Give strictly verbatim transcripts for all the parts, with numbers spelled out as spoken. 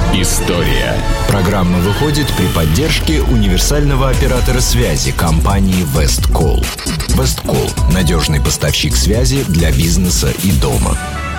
История. Программа выходит при поддержке универсального оператора связи компании Весткол. Весткол – надежный поставщик связи для бизнеса и дома.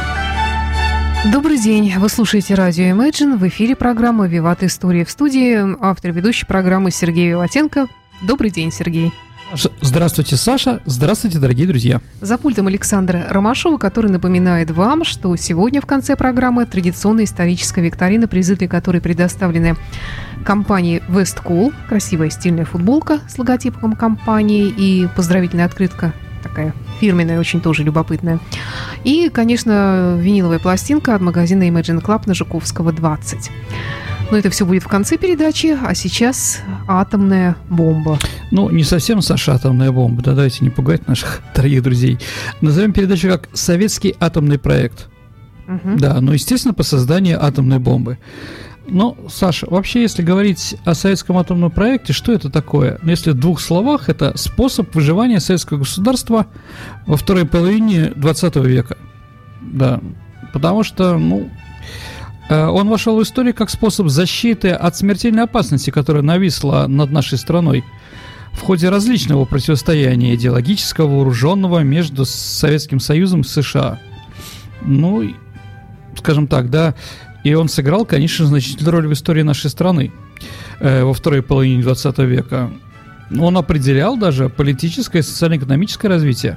Добрый день. Вы слушаете радио Imagine. В эфире программа «Виват История». В студии автор ведущей программы Сергей Виватенко. Добрый день, Сергей. Здравствуйте, Саша. Здравствуйте, дорогие друзья. За пультом Александра Ромашова, который напоминает вам, что сегодня в конце программы традиционная историческая викторина, призы для которой предоставлены компании Весткол. Красивая стильная футболка с логотипом компании и поздравительная открытка, такая фирменная, очень тоже любопытная. И, конечно, виниловая пластинка от магазина Imagine Club на Жуковского, двадцать. Но это все будет в конце передачи, а сейчас атомная бомба. Ну, не совсем, Саша, атомная бомба, да, давайте не пугать наших дорогих друзей. Назовем передачу как «Советский атомный проект». Угу. Да, ну, естественно, по созданию атомной бомбы. Но, Саша, вообще, если говорить о советском атомном проекте, что это такое? Ну, если в двух словах, это способ выживания советского государства во второй половине двадцатого века. Да, потому что, ну... Он вошел в историю как способ защиты от смертельной опасности, которая нависла над нашей страной в ходе различного противостояния идеологического, вооруженного между Советским Союзом и США. Ну, скажем так, да, и он сыграл, конечно, значительную роль в истории нашей страны э, во второй половине двадцатого века. Он определял даже политическое и социально-экономическое развитие,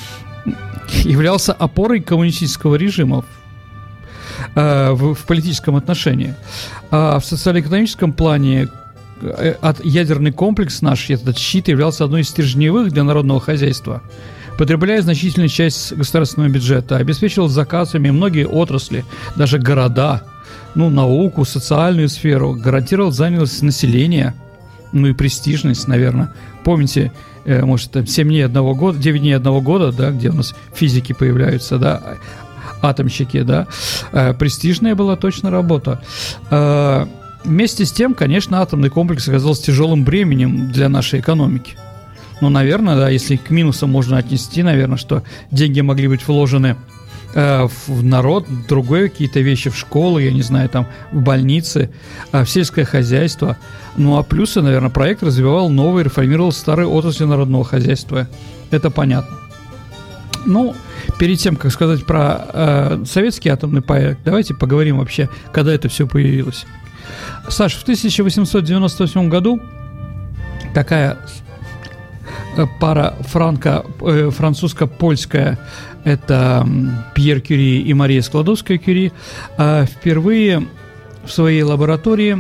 являлся опорой коммунистического режима В, в политическом отношении. А в социально-экономическом плане от ядерный комплекс наш, этот щит, являлся одной из стержневых для народного хозяйства, потребляя значительную часть государственного бюджета, обеспечивал заказами многие отрасли, даже города, ну, науку, социальную сферу, гарантировал занятость населения, ну и престижность, наверное. Помните, э, может, там семь дней одного года, девять дней одного года, да, где у нас физики появляются, да, атомщики, да, э, престижная была точно работа. Э, вместе с тем, конечно, атомный комплекс оказался тяжелым бременем для нашей экономики. Ну, наверное, да, если к минусам можно отнести, наверное, что деньги могли быть вложены э, в народ, в другие какие-то вещи, в школы, я не знаю, там, в больницы, э, в сельское хозяйство. Ну, а плюсы, наверное, проект развивал новые, реформировал старые отрасли народного хозяйства. Это понятно. Ну, перед тем, как сказать про э, советский атомный проект, давайте поговорим вообще, когда это все появилось. Саш, в тысяча восемьсот девяносто восьмом году такая э, пара франко, э, французско-польская, это Пьер Кюри и Мария Складовская-Кюри, э, впервые в своей лаборатории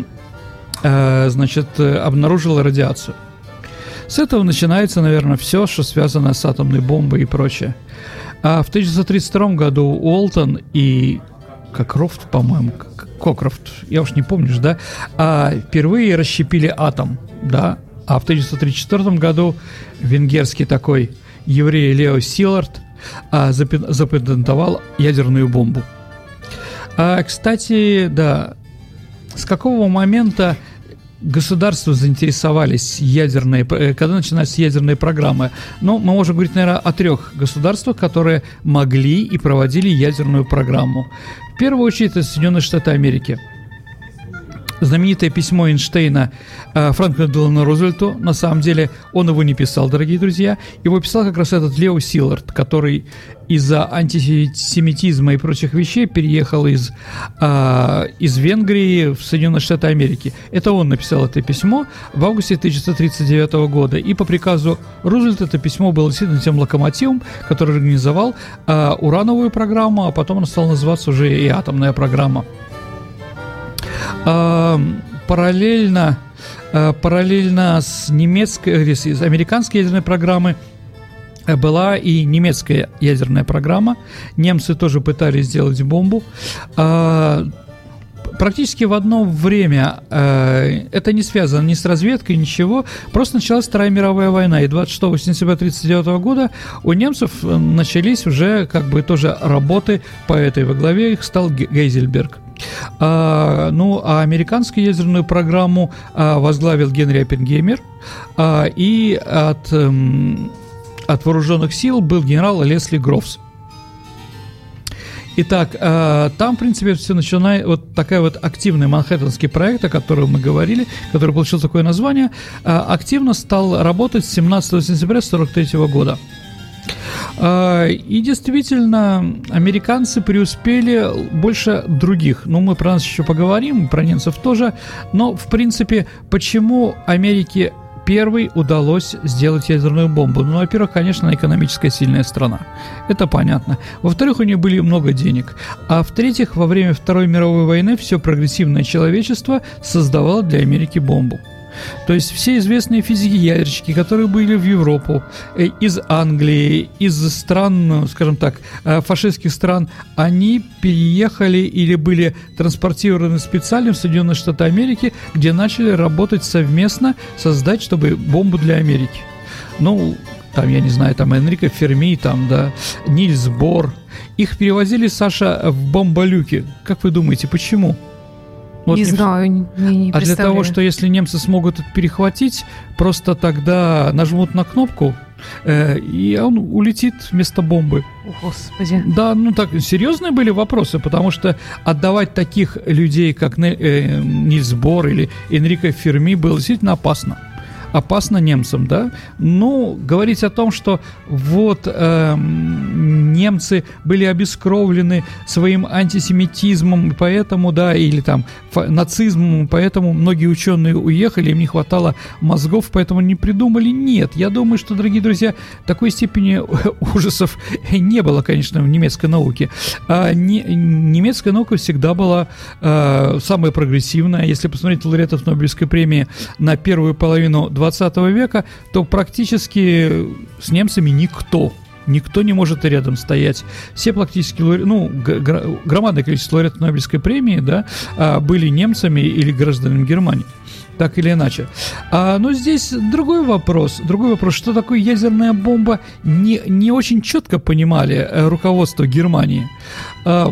э, значит, обнаружила радиацию. С этого начинается, наверное, все, что связано с атомной бомбой и прочее. А в тысяча девятьсот тридцать втором году Уолтон и Кокрофт, по-моему, Кокрофт, я уж не помню, да, а впервые расщепили атом, да. А в тысяча девятьсот тридцать четвёртом году венгерский такой еврей Лео Силард а, запатентовал ядерную бомбу. А, кстати, да, с какого момента государства заинтересовались ядерной, когда начинались ядерные программы? Ну, мы можем говорить, наверное, о трех государствах, которые могли и проводили ядерную программу. В первую очередь, это Соединенные Штаты Америки. Знаменитое письмо Эйнштейна э, Франклину Делано Рузвельту, на самом деле, он его не писал, дорогие друзья, его писал как раз этот Лео Силард, который из-за антисемитизма и прочих вещей переехал из, э, из Венгрии в Соединенные Штаты Америки. Это он написал это письмо в августе тысяча девятьсот тридцать девятого года, и по приказу Рузвельта это письмо было действительно тем локомотивом, который организовал э, урановую программу, а потом она стала называться уже и атомная программа. Параллельно, параллельно с немецкой, с американской ядерной программой была и немецкая ядерная программа. Немцы тоже пытались сделать бомбу. Практически в одно время, это не связано ни с разведкой, ничего, просто началась Вторая мировая война, и двадцать шестого сентября тысяча девятьсот тридцать девятого года у немцев начались уже как бы тоже работы по этой, во главе их стал Гейзельберг. А, ну, а американскую ядерную программу а, возглавил Генри Оппенгеймер, а, и от, эм, от вооруженных сил был генерал Лесли Грофс. Итак, там, в принципе, все начинает, вот такая вот активный манхэттенский проект, о котором мы говорили, который получил такое название, активно стал работать с семнадцатого сентября сорок третьего года. И действительно, американцы преуспели больше других. Ну, мы про нас еще поговорим, про немцев тоже. Но, в принципе, почему Америке первой удалось сделать ядерную бомбу? Ну, во-первых, конечно, экономическая сильная страна. Это понятно. Во-вторых, у нее были много денег. А в-третьих, во время Второй мировой войны все прогрессивное человечество создавало для Америки бомбу. То есть все известные физики-ядерщики, которые были в Европу, э, из Англии, из стран, ну, скажем так, э, фашистских стран, они переехали или были транспортированы специально в Соединенные Штаты Америки, где начали работать совместно, создать, чтобы бомбу для Америки. Ну, там, я не знаю, там Энрико Ферми, там, да, Нильс Бор. Их перевозили, Саша, в бомболюки. Как вы думаете, почему? Вот не, не знаю, не, не А для того, что если немцы смогут это перехватить, просто тогда нажмут на кнопку, э, и он улетит вместо бомбы. О, Господи. Да, ну так, серьезные были вопросы, потому что отдавать таких людей, как Не, э, Нильс Бор или Энрико Ферми, было действительно опасно. Опасно немцам, да? Ну, говорить о том, что вот э, немцы были обескровлены своим антисемитизмом, поэтому, да, или там фа- нацизмом, поэтому многие ученые уехали, им не хватало мозгов, поэтому не придумали. Нет, я думаю, что, дорогие друзья, такой степени ужасов не было, конечно, в немецкой науке. А не, немецкая наука всегда была э, самая прогрессивная. Если посмотреть лауреатов Нобелевской премии на первую половину двадцатого века, то практически с немцами никто, никто не может и рядом стоять. Все практически, ну, г- громадное количество лауреатов Нобелевской премии, да, были немцами или гражданами Германии. Так или иначе. А, но здесь другой вопрос. Другой вопрос, что такое ядерная бомба, не, не очень четко понимали э, руководство Германии. А,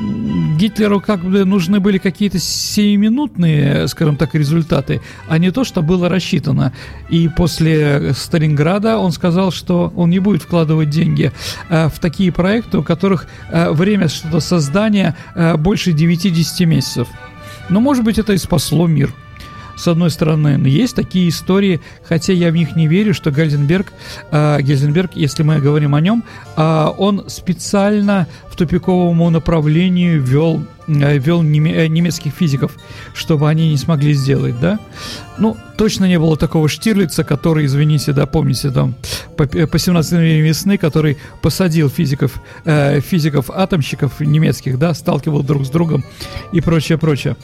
Гитлеру как бы нужны были какие-то сиюминутные, скажем так, результаты, а не то, что было рассчитано. И после Сталинграда он сказал, что он не будет вкладывать деньги э, в такие проекты, у которых э, время что-то создания э, больше девять-десять месяцев. Но, может быть, это и спасло мир. С одной стороны, есть такие истории, хотя я в них не верю, что Гальзенберг, э, Гельзенберг, если мы говорим о нем, э, он специально в тупиковому направлении вел, э, вел неме, немецких физиков, чтобы они не смогли сделать, да? Ну, точно не было такого Штирлица, который, извините, да, помните, там, по, по семнадцатой весны, который посадил физиков, э, физиков-атомщиков немецких, да, сталкивал друг с другом и прочее, прочее.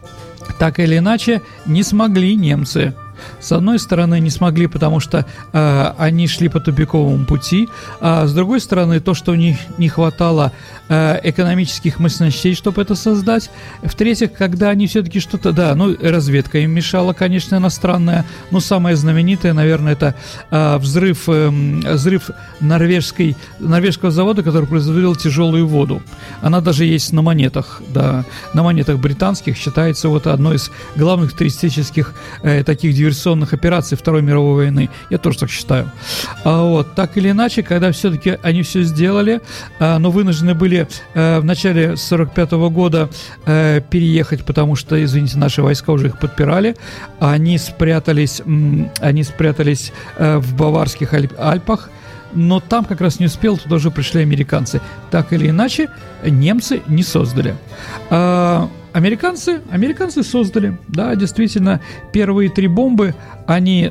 Так или иначе, не смогли немцы. С одной стороны, не смогли, потому что э, они шли по тупиковому пути, а с другой стороны, то, что у них не хватало э, экономических мощностей, чтобы это создать. В-третьих, когда они все-таки что-то... Да, ну, разведка им мешала, конечно, иностранная, но самое знаменитое, наверное, это э, взрыв, э, взрыв норвежской, норвежского завода, который производил тяжелую воду. Она даже есть на монетах, да, на монетах британских, считается вот одной из главных туристических э, таких диверсионных операций Второй мировой войны. Я тоже так считаю. А вот, так или иначе, когда все-таки они все сделали, а, но вынуждены были а, в начале сорок пятого года а, переехать, потому что, извините, наши войска уже их подпирали, они спрятались, м, они спрятались а, в Баварских Альп- Альпах, но там как раз не успел, туда уже пришли американцы. Так или иначе, немцы не создали. А, Американцы, американцы создали, да, действительно, первые три бомбы они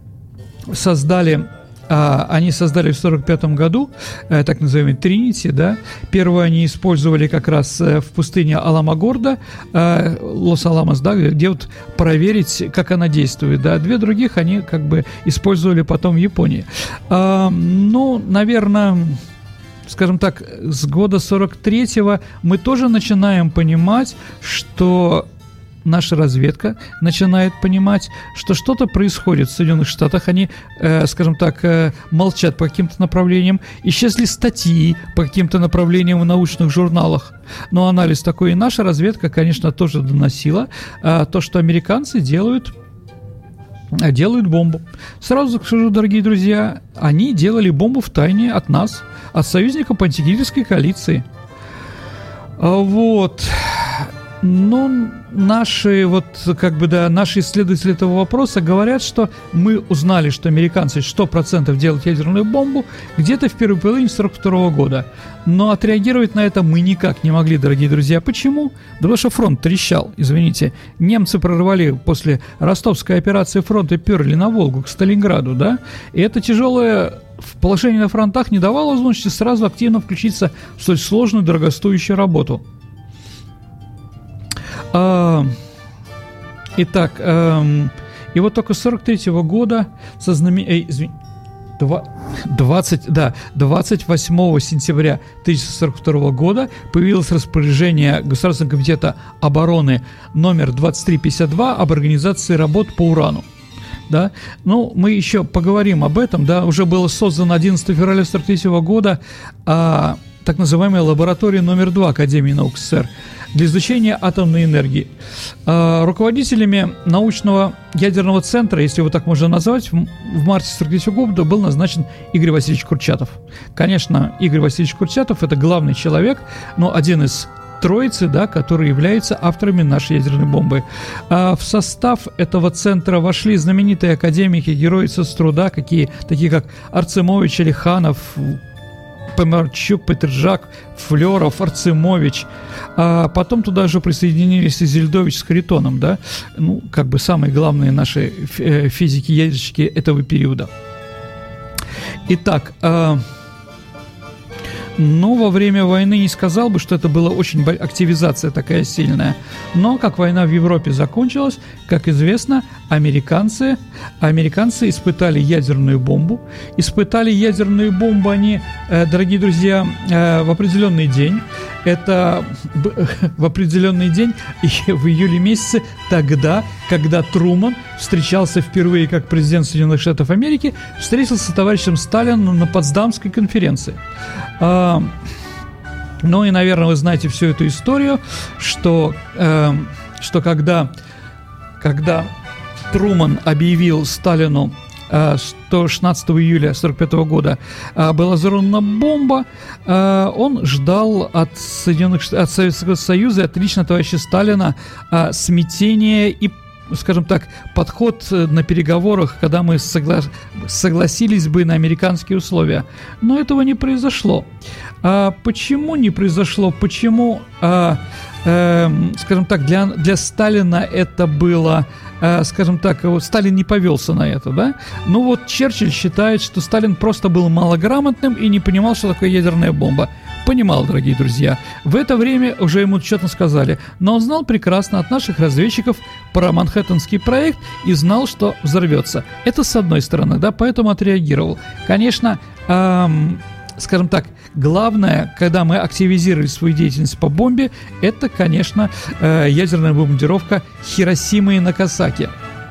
создали, а, они создали в сорок пятом году, э, так называемый Тринити, да. Первую они использовали как раз э, в пустыне Аламогордо, э, Лос-Аламос, да, где вот проверить, как она действует, да. Две других они как бы использовали потом в Японии. А, ну, наверное... Скажем так, с года сорок третьего мы тоже начинаем понимать, что наша разведка начинает понимать, что что-то происходит в Соединенных Штатах. Они, э, скажем так, э, молчат по каким-то направлениям. Исчезли статьи по каким-то направлениям в научных журналах. Но анализ такой, и наша разведка, конечно, тоже доносила э, то, что американцы делают... делают бомбу. Сразу скажу, дорогие друзья, они делали бомбу в тайне от нас, от союзников по антигитлеровской коалиции. Вот. Ну, наши, вот, как бы, да, наши исследователи этого вопроса говорят, что мы узнали, что американцы сто процентов делают ядерную бомбу где-то в первой половине сорок второго года. Но отреагировать на это мы никак не могли, дорогие друзья. Почему? Да потому что фронт трещал, извините. Немцы прорвали после ростовской операции фронт и перли на Волгу к Сталинграду, да? И это тяжелое положение на фронтах не давало возможности сразу активно включиться в столь сложную, дорогостоящую работу. А, итак, эм, и вот только с сорок третьего года со знамен... Эй, извини, двадцать, да, двадцать восьмого сентября тысяча девятьсот сорок второго года появилось распоряжение Государственного комитета обороны номер двадцать три пятьдесят два об организации работ по урану. Да? Ну, мы еще поговорим об этом, да, уже было создано одиннадцатого февраля сорок третьего года а, так называемая лаборатория номер два Академии наук СССР для изучения атомной энергии. А, руководителями научного ядерного центра, если его так можно назвать, в, в марте сорок третьего года был назначен Игорь Васильевич Курчатов. Конечно, Игорь Васильевич Курчатов – это главный человек, но один из троицы, да, которые являются авторами нашей ядерной бомбы. А в состав этого центра вошли знаменитые академики, герои соцтруда, какие, такие как Арцемович, Алиханов, Помарчук, Петржак, Флеров, Арцемович. А потом туда же присоединились и Зельдович с Харитоном, да, ну, как бы самые главные наши физики-ядерщики этого периода. Итак, но во время войны не сказал бы, что это была очень активизация такая сильная. Но как война в Европе закончилась, как известно, американцы, американцы испытали ядерную бомбу. Испытали ядерную бомбу они, э, дорогие друзья, э, в определенный день. Это в определенный день в июле месяце, тогда, когда Труман встречался впервые как президент Соединенных Штатов Америки, встретился с товарищем Сталином на Потсдамской конференции. А, ну и, наверное, вы знаете всю эту историю, что, э, что когда, когда Труман объявил Сталину, что шестнадцатого июля сорок пятого года была взорвана бомба, он ждал от Соединенных Штатов, от Советского Союза, от лично товарища Сталина смятения и, скажем так, подход на переговорах, когда мы согла... согласились бы на американские условия. Но этого не произошло. А почему не произошло? Почему, а, а, скажем так, для, для Сталина это было... скажем так, Сталин не повелся на это, да? Ну вот Черчилль считает, что Сталин просто был малограмотным и не понимал, что такое ядерная бомба. Понимал, дорогие друзья. В это время уже ему четко сказали, но он знал прекрасно от наших разведчиков про Манхэттенский проект и знал, что взорвется. Это с одной стороны, да, поэтому отреагировал. Конечно, эм, скажем так, главное, когда мы активизировали свою деятельность по бомбе, это, конечно, э, ядерная бомбардировка Хиросимы и Нагасаки.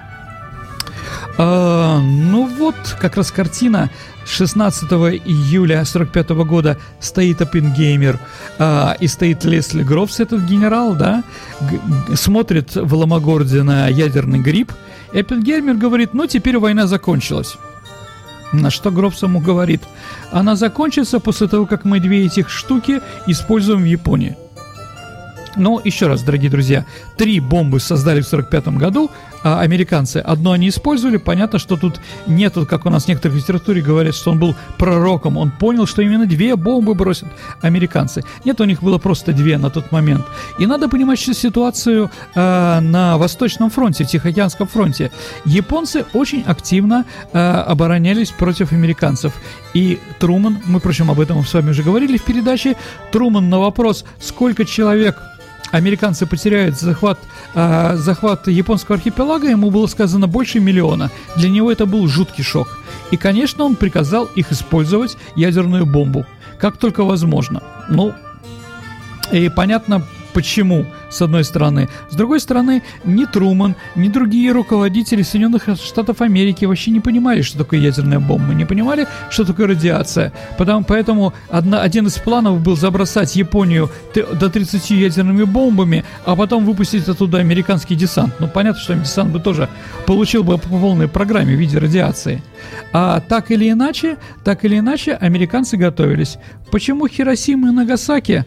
Э, ну вот, как раз картина. шестнадцатого июля сорок пятого года стоит Оппенгеймер э, и стоит Лесли Грофс, этот генерал, да, г- смотрит в Ломогорде на ядерный гриб. И Оппенгеймер говорит, ну теперь война закончилась. На что Грофс ему говорит, она закончится после того, как мы две этих штуки используем в Японии. Но еще раз, дорогие друзья, три бомбы создали в сорок пятом году, а американцы. Одну они использовали, понятно, что тут нету, как у нас в некоторых литературе говорят, что он был пророком, он понял, что именно две бомбы бросят американцы. Нет, у них было просто две на тот момент. И надо понимать, что ситуацию э, на Восточном фронте, Тихоокеанском фронте, японцы очень активно э, оборонялись против американцев. И Труман, мы, впрочем, об этом с вами уже говорили в передаче, Труман на вопрос, сколько человек американцы потеряют захват, э, захват японского архипелага, ему было сказано больше миллиона. Для него это был жуткий шок. И, конечно, он приказал их использовать, ядерную бомбу, как только возможно. Ну, и понятно, почему с одной стороны. С другой стороны, ни Труман, ни другие руководители Соединенных Штатов Америки вообще не понимали, что такое ядерная бомба, не понимали, что такое радиация. Потому, поэтому одна, один из планов был забросать Японию до тридцати ядерными бомбами, а потом выпустить оттуда американский десант. Ну, понятно, что десант бы тоже получил бы по полной программе в виде радиации. А так или иначе, так или иначе, американцы готовились. Почему Хиросима и Нагасаки?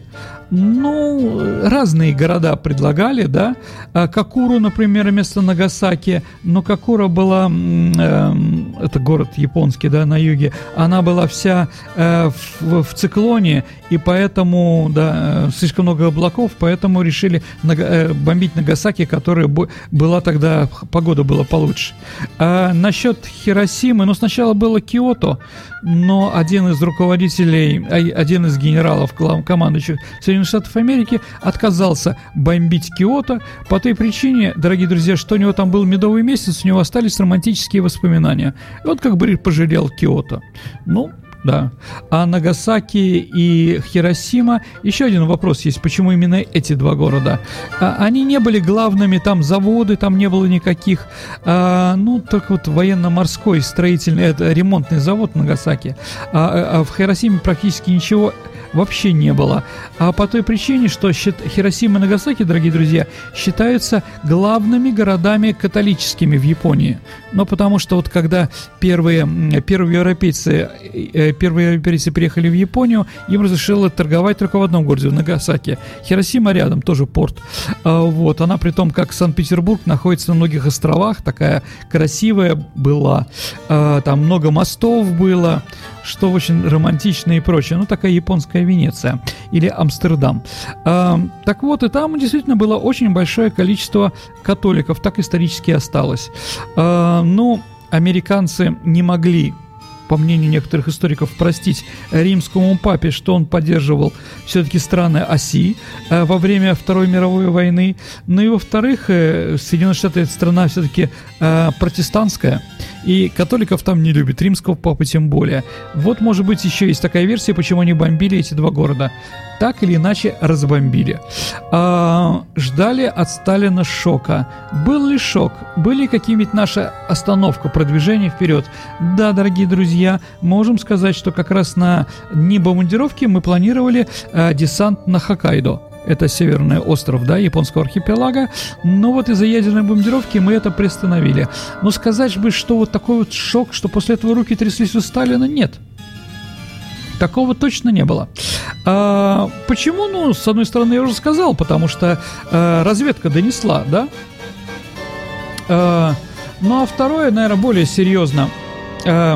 Ну, разные города предлагали, да. Какуру, например, вместо Нагасаки. Но Какура была, э, это город японский, да, на юге. Она была вся э, в, в циклоне, и поэтому, да, слишком много облаков, поэтому решили нага, э, бомбить Нагасаки, которая бо, была тогда, погода была получше. А насчет Хиросимы, ну, сначала было Киото, но один из руководителей, один из генералов, командующих Соединенных Штатов Америки, отказался бомбить Киото по той причине, дорогие друзья, что у него там был медовый месяц, у него остались романтические воспоминания. И вот как бы пожалел Киото. Ну, да. А Нагасаки и Хиросима, еще один вопрос есть, почему именно эти два города? А, они не были главными, там заводы, там не было никаких, а, ну, только вот военно-морской строительный, это ремонтный завод в Нагасаки, а, а в Хиросиме практически ничего вообще не было. А по той причине, что Хиросима и Нагасаки, дорогие друзья, считаются главными городами католическими в Японии. Но потому что вот когда первые, первые европейцы, первые европейцы приехали в Японию, им разрешили торговать только в одном городе, в Нагасаки. Хиросима рядом, тоже порт. Вот, она при том, как Санкт-Петербург, находится на многих островах, такая красивая была, там много мостов было, что очень романтично и прочее. Ну, такая японская Венеция или Амстердам. А, так вот, и там действительно было очень большое количество католиков, так исторически осталось. А, ну, американцы не могли, по мнению некоторых историков, простить римскому папе, что он поддерживал все-таки страны оси э, во время Второй мировой войны. Ну и во-вторых, э, Соединенные Штаты — это страна все-таки э, протестантская, и католиков там не любят, римского папы тем более. Вот, может быть, еще есть такая версия, почему они бомбили эти два города. Так или иначе разбомбили. А, ждали от Сталина шока. Был ли шок? Были какие-нибудь наша остановка, продвижение вперед? Да, дорогие друзья, можем сказать, что как раз на дни бомбардировки мы планировали а, десант на Хоккайдо. Это северный остров, да, японского архипелага. Но вот из-за ядерной бомбардировки мы это приостановили. Но сказать бы, что вот такой вот шок, что после этого руки тряслись у Сталина, нет. Такого точно не было. А, почему? Ну, с одной стороны, я уже сказал, потому что а, разведка донесла, да? А, ну, а второе, наверное, более серьезно. А,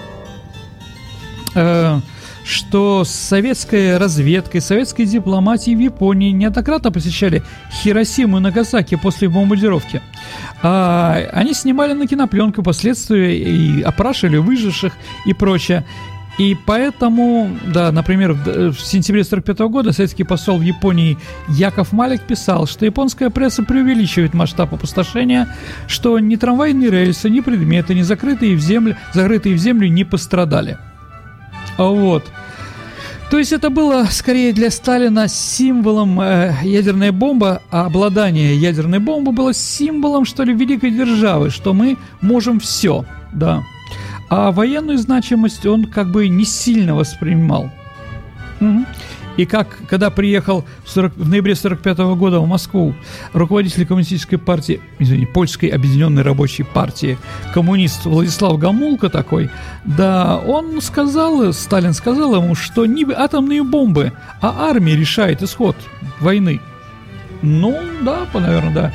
а, что с советской разведкой, советской дипломатией в Японии неоднократно посещали Хиросиму и Нагасаки после бомбардировки. А, они снимали на кинопленку последствия и опрашивали выживших и прочее. И поэтому, да, например, в сентябре сорок пятого года советский посол в Японии Яков Малик писал, что японская пресса преувеличивает масштаб опустошения, что ни трамвайные рельсы, ни предметы, ни закрытые в землю, закрытые в землю не пострадали. Вот. То есть это было скорее для Сталина символом э, ядерная бомба, а обладание ядерной бомбой было символом, что ли, великой державы, что мы можем все, да. А военную значимость он как бы не сильно воспринимал. Угу. И как, когда приехал в, сорок, в ноябре сорок пятого года в Москву руководитель коммунистической партии, извините, Польской объединенной рабочей партии, коммунист Владислав Гомулка такой, да, он сказал, Сталин сказал ему, что не атомные бомбы, а армия решает исход войны. Ну, да, наверное, да.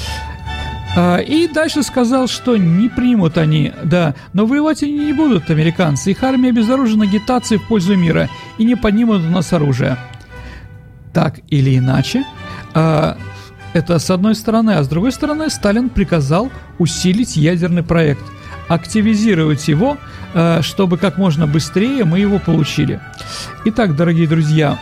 И дальше сказал, что не примут они, да, но воевать они не будут, американцы. Их армия обезоружена агитацией в пользу мира и не поднимут у нас оружие. Так или иначе, это с одной стороны, а с другой стороны Сталин приказал усилить ядерный проект, активизировать его, чтобы как можно быстрее мы его получили. Итак, дорогие друзья,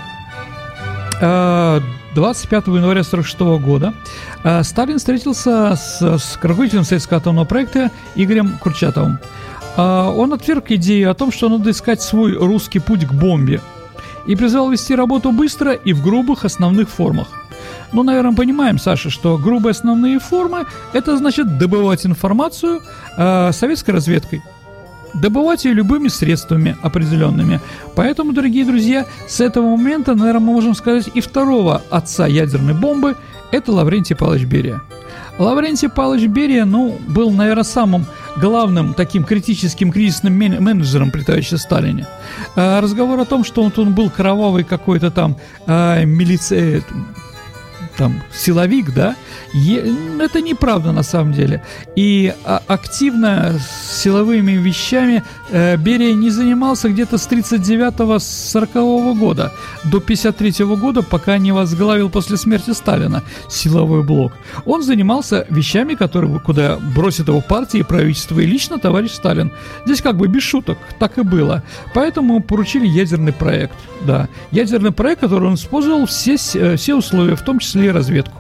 двадцать пятого января сорок шестого года Сталин встретился с, с руководителем советского атомного проекта Игорем Курчатовым. Он отверг идею о том, что надо искать свой русский путь к бомбе, и призвал вести работу быстро и в грубых основных формах. Ну, наверное, понимаем, Саша, что грубые основные формы – это значит добывать информацию э, советской разведкой. Добывать ее любыми средствами определенными. Поэтому, дорогие друзья, с этого момента, наверное, мы можем сказать и второго отца ядерной бомбы – это Лаврентий Павлович Берия. Лаврентий Павлович Берия, ну, был, наверное, самым главным таким критическим кризисным менеджером при товарище Сталине. А, разговор о том, что он, он был кровавый какой-то там а, милиция... там, силовик, да, е- это неправда на самом деле. И а, активно силовыми вещами э, Берия не занимался где-то с тридцать девятого сорокового года до пятьдесят третьего года, пока не возглавил после смерти Сталина силовой блок. Он занимался вещами, которые, куда бросит его партия и правительство, и лично товарищ Сталин. Здесь как бы без шуток, так и было. Поэтому поручили ядерный проект, да. Ядерный проект, который он использовал все, все условия, в том числе и разведку.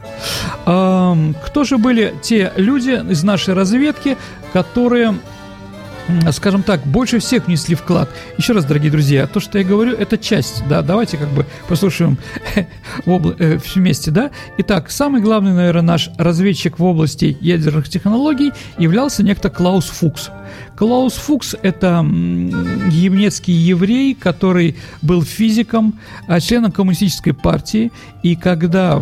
Кто же были те люди из нашей разведки, которые, скажем так, больше всех внесли вклад? Еще раз, дорогие друзья, то, что я говорю, это часть, да, давайте как бы послушаем вместе, да. Итак, самый главный, наверное, наш разведчик в области ядерных технологий являлся некто Клаус Фукс. Клаус Фукс – это немецкий еврей, который был физиком, членом коммунистической партии, и когда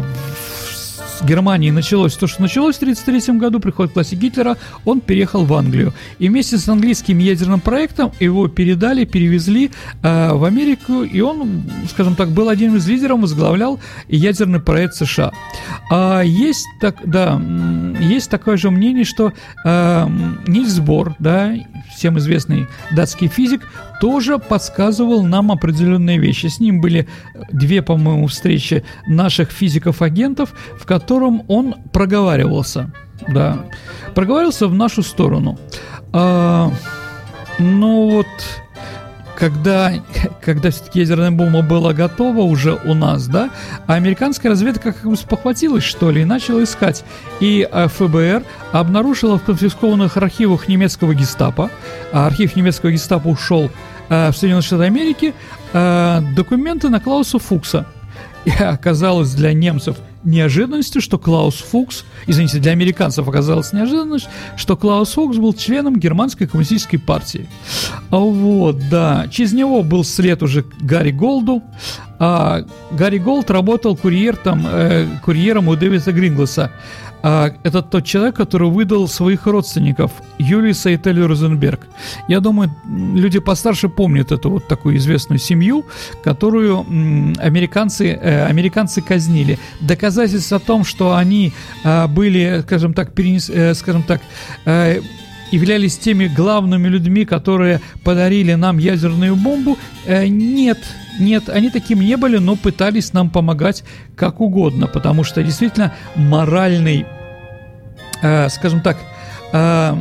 в Германии началось то, что началось в тысяча девятьсот тридцать третьем году, приход к власти Гитлера, он переехал в Англию. И вместе с английским ядерным проектом его передали, перевезли э, в Америку, и он, скажем так, был одним из лидеров, возглавлял ядерный проект США. А есть, так, да, есть такое же мнение, что э, Нильс Бор, да, всем известный датский физик, тоже подсказывал нам определенные вещи. С ним были две, по-моему, встречи наших физиков-агентов, в котором он проговаривался, да, проговаривался в нашу сторону. А, ну вот, когда, когда все-таки ядерная бомба была готова уже у нас, да, а американская разведка как бы спохватилась, что ли, и начала искать. И эф бэ эр обнаружила в конфискованных архивах немецкого гестапо, а архив немецкого гестапо ушел э, в Соединенные Штаты Америки, э, документы на Клауса Фукса. И оказалось для немцев неожиданностью, что Клаус Фукс, извините, для американцев оказалось неожиданностью, что Клаус Фукс был членом германской коммунистической партии. Вот, да. Через него был след уже Гарри Голду. А Гарри Голд работал курьер, там, э, курьером у Дэвида Грингласа. А, это тот человек, который выдал своих родственников, Юлиуса и Телли Розенберг. Я думаю, люди постарше помнят эту вот такую известную семью, которую м, американцы, э, американцы казнили. Доказательств о том, что они э, были, скажем так, перенес, э, скажем так, э, являлись теми главными людьми, которые подарили нам ядерную бомбу, э, нет. Нет, они таким не были, но пытались нам помогать как угодно, потому что действительно моральный, э, скажем так, э,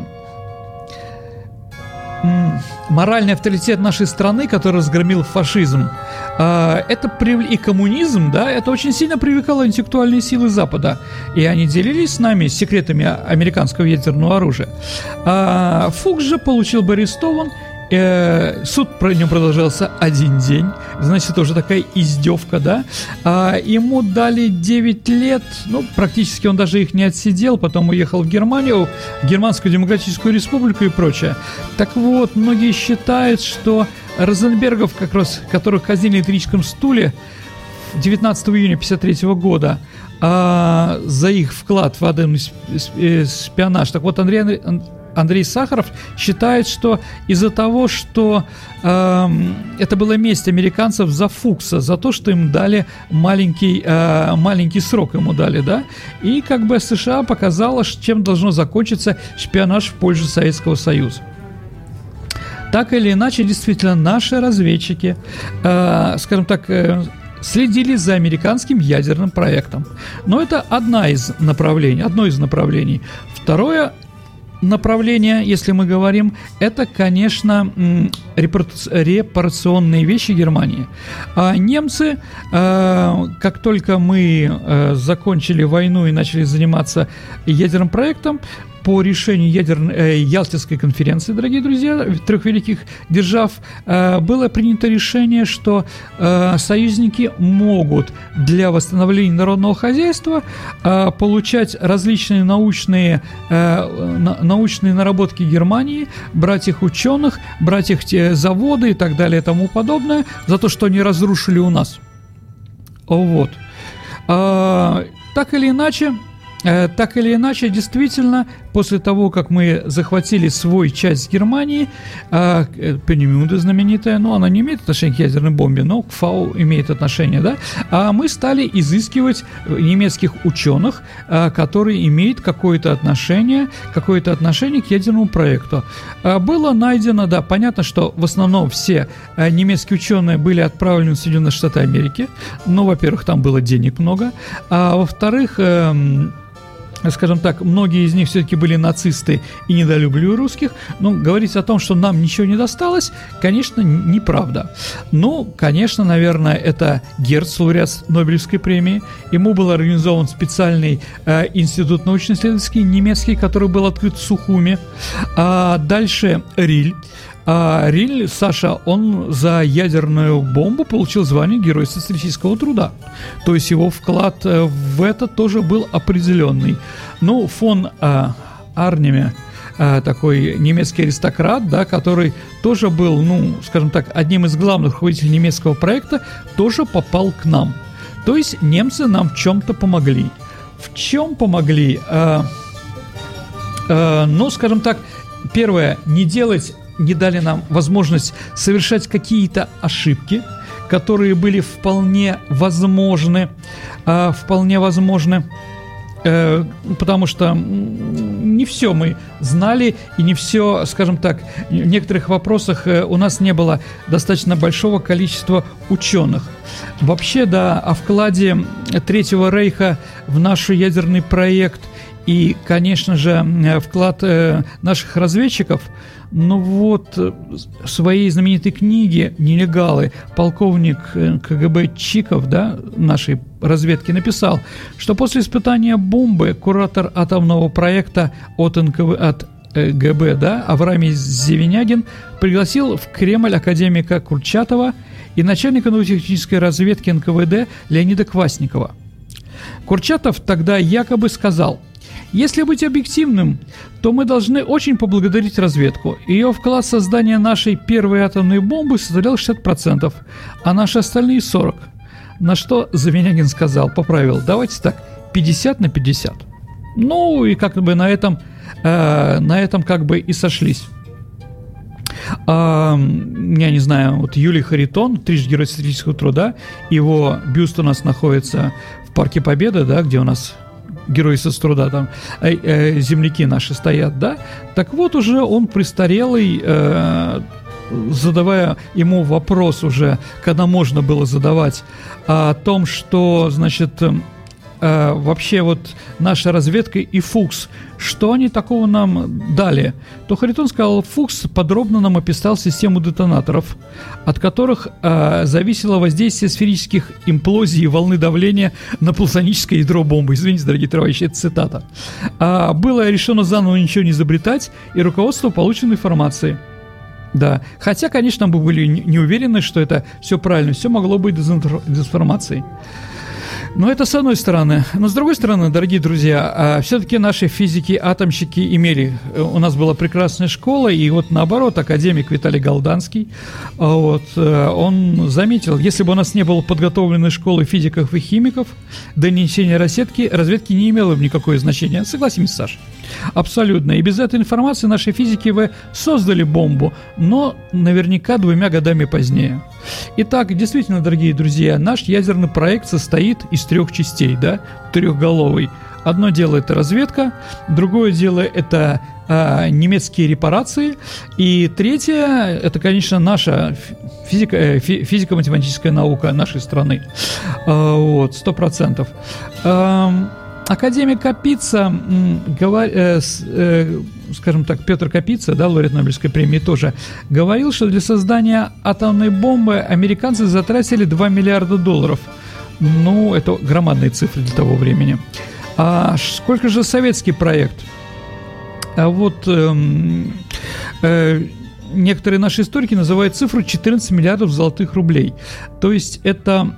моральный авторитет нашей страны, который разгромил фашизм, э, это прив... и коммунизм, да, это очень сильно привлекало интеллектуальные силы Запада, и они делились с нами секретами американского ядерного оружия. А Фукс же получил бы арестован. Суд про него продолжался один день. Значит, это уже такая издевка, да. а, Ему дали девять лет. Ну, практически он даже их не отсидел. Потом уехал в Германию, в Германскую Демократическую Республику и прочее. Так вот, многие считают, что Розенбергов, как раз, которых казнили на электрическом стуле девятнадцатого июня тысяча девятьсот пятьдесят третьего года, а, за их вклад в атомный шпионаж. Так вот, Андрей Андрей Сахаров считает, что из-за того, что э, это была месть американцев за Фукса, за то, что им дали маленький, э, маленький срок ему дали, да, и как бы США показала, чем должно закончиться шпионаж в пользу Советского Союза. Так или иначе, действительно, наши разведчики, э, скажем так, э, следили за американским ядерным проектом. Но это одна из направлений, одно из направлений. Второе направление, если мы говорим, это, конечно, репарационные вещи Германии. А немцы, как только мы закончили войну и начали заниматься ядерным проектом, по решению ядерной, э, Ялтинской конференции, дорогие друзья, трех великих держав, э, было принято решение, что э, союзники могут для восстановления народного хозяйства э, получать различные научные, э, на, научные наработки Германии, брать их ученых, брать их те заводы и так далее и тому подобное, за то, что они разрушили у нас. Вот. А, так или иначе, э, так или иначе, действительно, после того, как мы захватили свой часть Германии, э, Пенемюнде знаменитая, ну, она не имеет отношения к ядерной бомбе, но к Фау имеет отношение, да, а мы стали изыскивать немецких ученых, э, которые имеют какое-то отношение, какое-то отношение к ядерному проекту. Э, было найдено, да, понятно, что в основном все э, немецкие ученые были отправлены в Соединенные Штаты Америки, ну, во-первых, там было денег много, а во-вторых, э, скажем так, многие из них все-таки были нацисты и недолюбливали русских, но говорить о том, что нам ничего не досталось, конечно, неправда. Ну, конечно, наверное, это Герц, лауреат Нобелевской премии. Ему был организован специальный э, институт научно-исследовательский немецкий, который был открыт в Сухуме. А дальше Риль. А Риль, Саша, он за ядерную бомбу получил звание Героя социалистического труда. То есть его вклад в это тоже был определенный. Ну, фон а, Арнеме, а, такой немецкий аристократ, да, который тоже был, ну, скажем так, одним из главных руководителей немецкого проекта, тоже попал к нам. То есть немцы нам в чем-то помогли. В чем помогли? А, а, ну, скажем так, первое, не делать... не дали нам возможность совершать какие-то ошибки, которые были вполне возможны, э, вполне возможны, э, потому что не все мы знали, и не все, скажем так, в некоторых вопросах э, у нас не было достаточно большого количества ученых. Вообще, да, о вкладе Третьего Рейха в наш ядерный проект и, конечно же, вклад э, наших разведчиков, ну вот, в своей знаменитой книге «Нелегалы» полковник КГБ Чиков, да, нашей разведки, написал, что после испытания бомбы куратор атомного проекта от, НКВ, от ГБ, да, Авраамий Зевенягин пригласил в Кремль академика Курчатова и начальника научно-технической разведки эн ка вэ дэ Леонида Квасникова. Курчатов тогда якобы сказал: «Если быть объективным, то мы должны очень поблагодарить разведку. Ее вклад в создание нашей первой атомной бомбы составлял шестьдесят процентов, а наши остальные сорок процентов». На что Зевенягин сказал, поправил: «Давайте так, пятьдесят на пятьдесят». Ну и как бы на этом, э, на этом как бы и сошлись. А, я не знаю, вот Юлий Харитон, трижды Герой социалистического труда, его бюст у нас находится в Парке Победы, да, где у нас герои соцтруда, там э, э, земляки наши стоят, да, так вот уже он престарелый, э, задавая ему вопрос уже, когда можно было задавать, о том, что, значит, э, вообще вот наша разведка и Фукс, что они такого нам дали, то Харитон сказал: Фукс подробно нам описал систему детонаторов, от которых э, зависело воздействие сферических имплозий и волны давления на плутоническое ядро бомбы. Извините, дорогие товарищи, это цитата. А, было решено заново ничего не изобретать, и руководство полученной информацией. Да, хотя, конечно, мы были не уверены, что это все правильно, все могло быть дезинформацией. Но это с одной стороны. Но с другой стороны, дорогие друзья, все-таки наши физики-атомщики имели... У нас была прекрасная школа, и вот наоборот, академик Виталий Голданский, вот, он заметил, если бы у нас не было подготовленной школы физиков и химиков, до нанесения рассетки разведки не имело бы никакое значения. Согласимся, Саша? Абсолютно. И без этой информации наши физики бы создали бомбу, но наверняка двумя годами позднее. Итак, действительно, дорогие друзья, наш ядерный проект состоит из трех частей, да, трехголовый. Одно дело — это разведка, другое дело — это а, немецкие репарации, и третье — это, конечно, наша физика, э, физико-математическая наука нашей страны. А, вот, сто процентов. А, академик Капица, говор, э, э, скажем так, Петр Капица, да, лауреат Нобелевской премии, тоже говорил, что для создания атомной бомбы американцы затратили два миллиарда долларов. Ну, это громадные цифры для того времени. А сколько же советский проект? А вот э, э, некоторые наши историки называют цифру четырнадцать миллиардов золотых рублей. То есть это...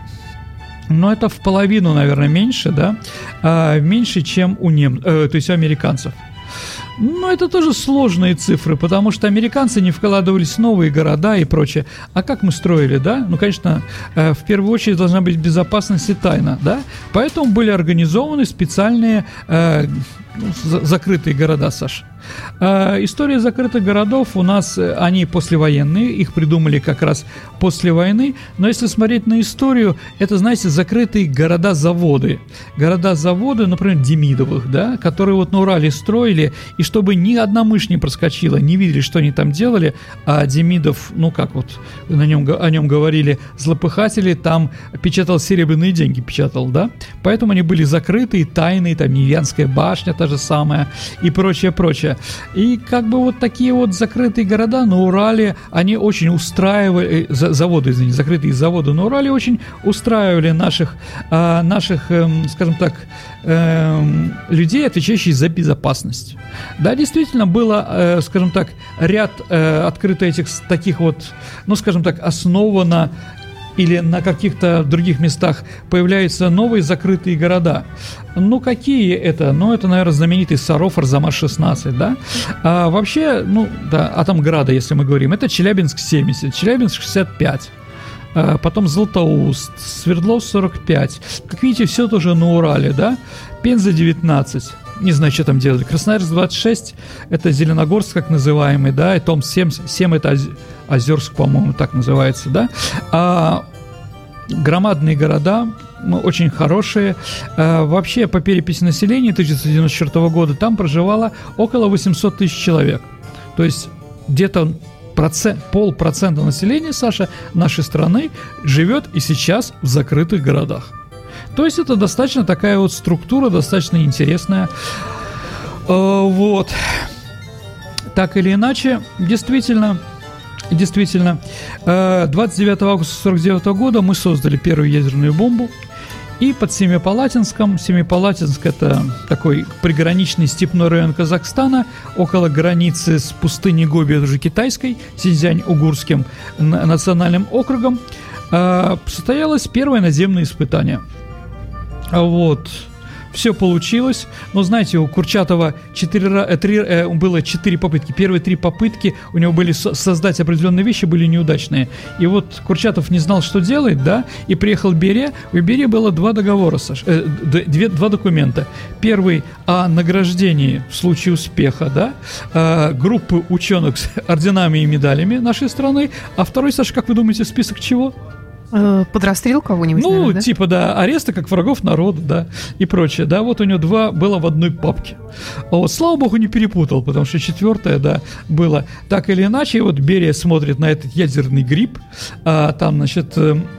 Но это в половину, наверное, меньше, да, а, меньше, чем у нем, э, то есть у американцев. Но это тоже сложные цифры, потому что американцы не вкладывались в новые города и прочее. А как мы строили, да? Ну, конечно, э, в первую очередь должна быть безопасность и тайна, да? Поэтому были организованы специальные э, за- закрытые города, Саша. Э, история закрытых городов у нас, они послевоенные, их придумали как раз после войны. Но если смотреть на историю, это, знаете, закрытые города-заводы. Города-заводы, например, Демидовых, да, которые вот на Урале строили, и чтобы ни одна мышь не проскочила, не видели, что они там делали, а Демидов, ну как вот на нем, о нем говорили злопыхатели, там печатал серебряные деньги, печатал, да, поэтому они были закрытые, тайные, там Невьянская башня та же самая и прочее, прочее. И как бы вот такие вот закрытые города на Урале, они очень устраивали, заводы, извините, закрытые заводы на Урале очень устраивали наших, наших, скажем так, людей, отвечающих за безопасность. Да, действительно, было, скажем так, ряд открыто этих таких вот, ну, скажем так, основано или на каких-то других местах появляются новые закрытые города. Ну, какие это? Ну, это, наверное, знаменитый Саров, Арзамас шестнадцать, да? А вообще, ну, да, Атомграда, если мы говорим, это Челябинск семьдесят, Челябинск шестьдесят пять. Потом Златоуст, Свердловск сорок пять. Как видите, все тоже на Урале, да? Пенза девятнадцать. Не знаю, что там делали. Красноярск двадцать шесть, это Зеленогорск, как называемый, да, и Том семь, семь это Оз... Озерск, по-моему, так называется, да. А громадные города, ну, очень хорошие. А, вообще, по переписи населения тысяча девятьсот девяносто четвёртого года там проживало около восемьсот тысяч человек. То есть где-то процент, полпроцента населения, Саша, нашей страны живет и сейчас в закрытых городах. То есть это достаточно такая вот структура, достаточно интересная. Вот. Так или иначе, действительно, действительно, двадцать девятого августа сорок девятого года мы создали первую ядерную бомбу. И под Семипалатинском, Семипалатинск — это такой приграничный степной район Казахстана, около границы с пустыней Гоби, это уже китайской, Синьцзянь-Угурским национальным округом, состоялось первое наземное испытание. Вот. Все получилось, но знаете, у Курчатова четыре, три, э, было четыре попытки. Первые три попытки у него были со- создать определенные вещи, были неудачные. И вот Курчатов не знал, что делать, да, и приехал Берия. В Берии было два договора, Саш, э, две, два документа. Первый о награждении в случае успеха, да, э, группы ученых с орденами и медалями нашей страны. А второй, Саш, как вы думаете, список чего? Под расстрел кого-нибудь, Ну, наверное, да? типа, да, ареста как врагов народа, да, и прочее, да, вот у него два было в одной папке. А вот, слава богу, не перепутал, потому что четвертое, да, было так или иначе, и вот Берия смотрит на этот ядерный гриб, а там, значит,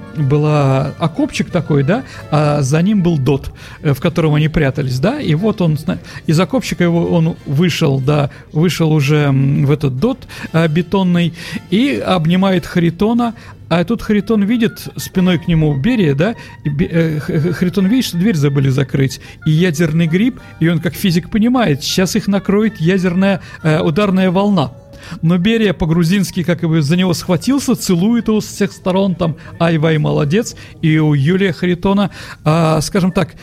была окопчик такой, да, а за ним был ДОТ, в котором они прятались, да, и вот он из окопчика его он вышел, да, вышел уже в этот ДОТ бетонный и обнимает Харитона. А тут Харитон видит, спиной к нему Берия, да, и Харитон видит, что дверь забыли закрыть, и ядерный гриб, и он как физик понимает, сейчас их накроет ядерная э, ударная волна. Но Берия по-грузински как бы за него схватился, целует его с всех сторон, там, ай-вай, молодец. И у Юлия Харитона, а, скажем так,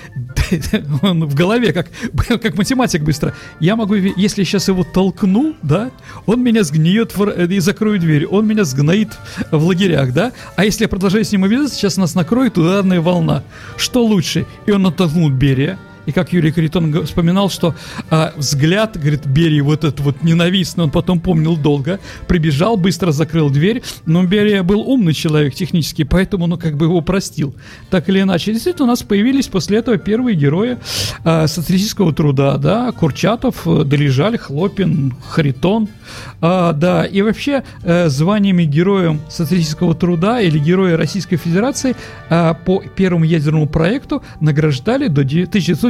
он в голове, как, как математик быстро. Я могу, если сейчас его толкну, да, он меня сгниет в, и закрою дверь, он меня сгноит в лагерях, да. А если я продолжаю с ним обвязаться, сейчас нас накроет ударная волна. Что лучше? И он оттолкнул Берия. И как Юрий Харитон вспоминал, что а, взгляд, говорит, Берии вот этот вот ненавистный, он потом помнил долго, прибежал, быстро закрыл дверь, но Берия был умный человек технически, поэтому он, ну, как бы его простил. Так или иначе, действительно, у нас появились после этого первые герои а, социалистического труда, да, Курчатов, Долежаль, Хлопин, Харитон, а, да, и вообще а, званиями героем социалистического труда или героя Российской Федерации а, по первому ядерному проекту награждали до тысяча девятьсот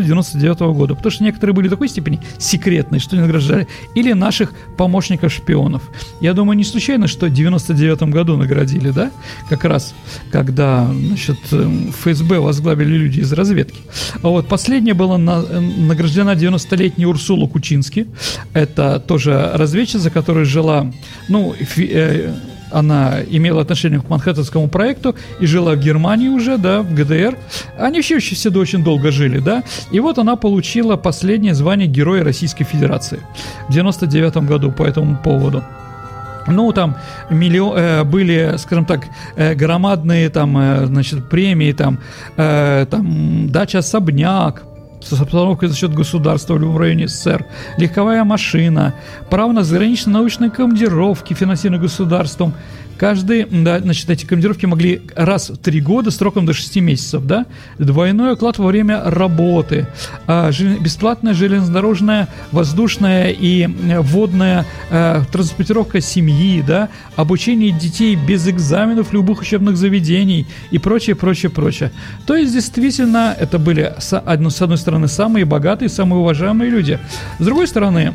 девяносто девятого года, потому что некоторые были в такой степени секретные, что не награждали, или наших помощников-шпионов. Я думаю, не случайно, что в девяносто девятом году наградили, да, как раз, когда, значит, ФСБ возглавили люди из разведки. А вот последняя была на, награждена девяностолетняя Урсула Кучински. Это тоже разведчица, которая жила, ну, фи, э, она имела отношение к Манхэттенскому проекту и жила в Германии уже, да, в ГДР. Они вообще все очень долго жили, да. И вот она получила последнее звание Героя Российской Федерации в девяносто девятом году по этому поводу. Ну, там миллион, э, были, скажем так, э, громадные там, э, значит, премии, там, э, там дача особняк с обстановкой за счет государства в любом районе СССР, легковая машина, право на заграничные научные командировки, финансированные государством. Каждый, да, значит, эти командировки могли раз в три года сроком до шести месяцев, да, двойной оклад во время работы, а, жел... бесплатная железнодорожная, воздушная и водная а, транспортировка семьи, да, обучение детей без экзаменов любых учебных заведений и прочее, прочее, прочее. То есть, действительно, это были, с одной стороны, самые богатые, самые уважаемые люди. С другой стороны,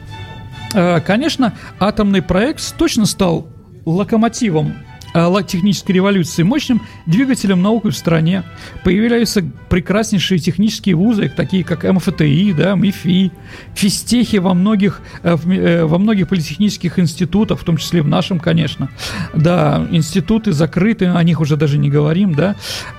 конечно, атомный проект точно стал локомотивом технической революции, мощным двигателем науки в стране. Появляются прекраснейшие технические вузы, такие как эм эф тэ и, да, МИФИ, физтехи во многих, во многих политехнических институтах, в том числе в нашем, конечно. Да, институты закрыты, о них уже даже не говорим, да.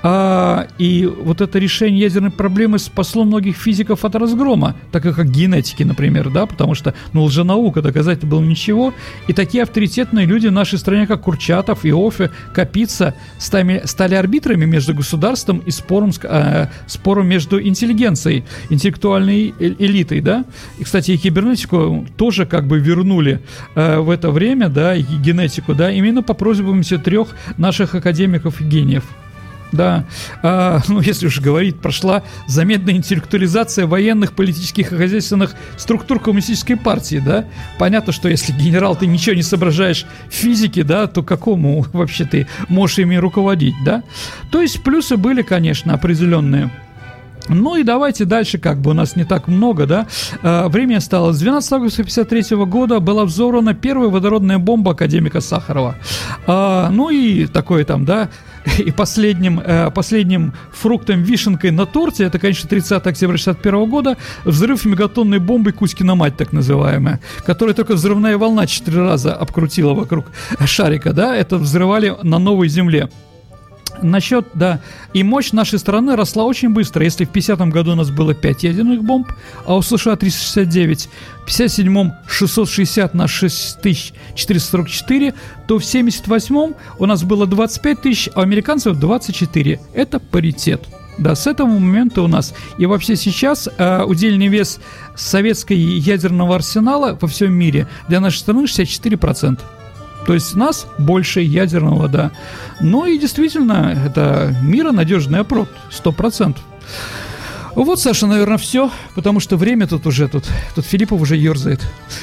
А, и вот это решение ядерной проблемы спасло многих физиков от разгрома, так как генетики, например, да, потому что, ну, лженаука, доказать было ничего. И такие авторитетные люди в нашей стране, как Курчатов и Офе, Капица, стали, стали арбитрами между государством и спором, э, спором между интеллигенцией, интеллектуальной элитой, да. И, кстати, и кибернетику тоже как бы вернули э, в это время, да, и генетику, да, именно по просьбам все трех наших академиков и гениев. Да, а, ну, если уж говорить, прошла заметная интеллектуализация военных, политических и хозяйственных структур коммунистической партии, да. Понятно, что если, генерал, ты ничего не соображаешь в физике, да, то какому вообще ты можешь ими руководить, да. То есть плюсы были, конечно, определенные. Ну и давайте дальше, как бы у нас не так много, да. А, время осталось. двенадцатого августа тысяча девятьсот пятьдесят третьего года была взорвана первая водородная бомба академика Сахарова. А, ну и такое там, да. И последним, э, последним фруктом, вишенкой на торте, это, конечно, тридцатого октября шестьдесят первого года, взрыв мегатонной бомбы Кузькина мать, так называемая, которая только взрывная волна четыре раза обкрутила вокруг шарика, да, это взрывали на новой земле. Насчет, да, и мощь нашей страны росла очень быстро. Если в пятидесятом году у нас было пять ядерных бомб, а у США триста шестьдесят девять, в пятьдесят седьмом шестьсот шестьдесят на шесть тысяч четыреста сорок четыре, то в семьдесят восьмом у нас было двадцать пять тысяч, а у американцев двадцать четыре. Это паритет. Да, с этого момента у нас. И вообще сейчас э, удельный вес советского ядерного арсенала во всем мире для нашей страны шестьдесят четыре процента. То есть нас больше ядерного, да. Ну и действительно, это миронадежный опрос, сто процентов. Вот, Саша, наверное, все, потому что время тут уже, тут, тут Филиппов уже ерзает.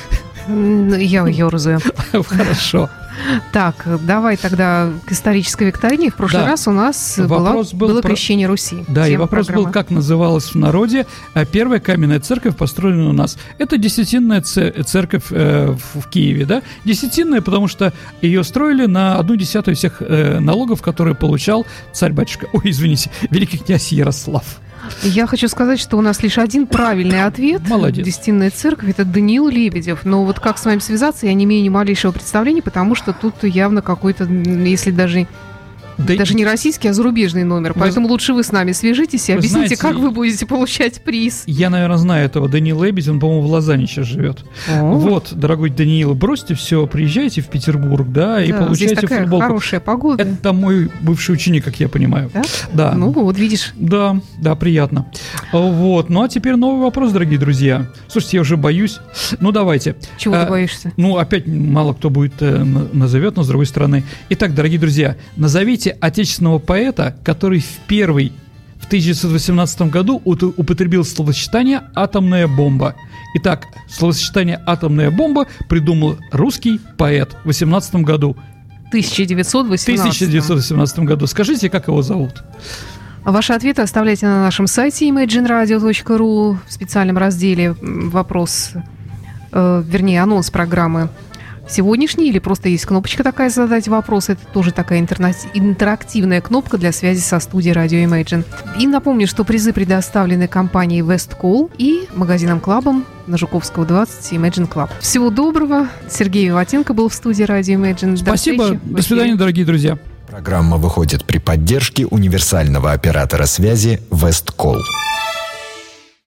Я ерзаю. Хорошо. Так, давай тогда к исторической викторине. В прошлый да. раз у нас была, был было про... крещение Руси. Да, и вопрос программы. был, как называлась в народе первая каменная церковь, построенная у нас. Это Десятинная церковь э, в Киеве, да? Десятинная, потому что ее строили на одну десятую всех э, налогов, которые получал царь-батюшка. Ой, извините, великий князь Ярослав. Я хочу сказать, что у нас лишь один правильный ответ. Молодец. Десятинная церковь – это Даниил Лебедев. Но вот как с вами связаться, я не имею ни малейшего представления, потому что тут явно какой-то, если даже... Да Даже не российский, а зарубежный номер. Вы... Поэтому лучше вы с нами свяжитесь и вы объясните, знаете, как вы будете получать приз. Я, наверное, знаю этого Даниила Лебедева, он, по-моему, в Лозанне сейчас живет. О-о-о. Вот, дорогой Даниил, бросьте все, приезжайте в Петербург, да, и да, получайте здесь такая футболку. Хорошая погода. Это мой бывший ученик, как я понимаю. Да? Да. Ну, вот видишь. Да, да, приятно. Вот, ну а теперь новый вопрос, дорогие друзья. Слушайте, я уже боюсь. Ну, давайте. Чего а, ты боишься? Ну, опять мало кто будет э, назовет, но с другой стороны. Итак, дорогие друзья, назовите отечественного поэта, который в первый в тысяча девятьсот восемнадцатом году употребил словосочетание «атомная бомба». Итак, словосочетание «атомная бомба» придумал русский поэт в восемнадцатом году. тысяча девятьсот восемнадцатом. тысяча девятьсот восемнадцатом году. Скажите, как его зовут? Ваши ответы оставляйте на нашем сайте имейджин радио точка ру в специальном разделе «Вопрос», э, вернее, анонс программы сегодняшний, или просто есть кнопочка такая «Задать вопрос». Это тоже такая интерактивная кнопка для связи со студией радио Imagine. И напомню, что призы предоставлены компанией Westcall и магазином Клабом на Жуковского двадцать Imagine Club. Всего доброго. Сергей Виватенко был в студии радио Imagine. Спасибо. До, До свидания, дорогие друзья. Программа выходит при поддержке универсального оператора связи Westcall.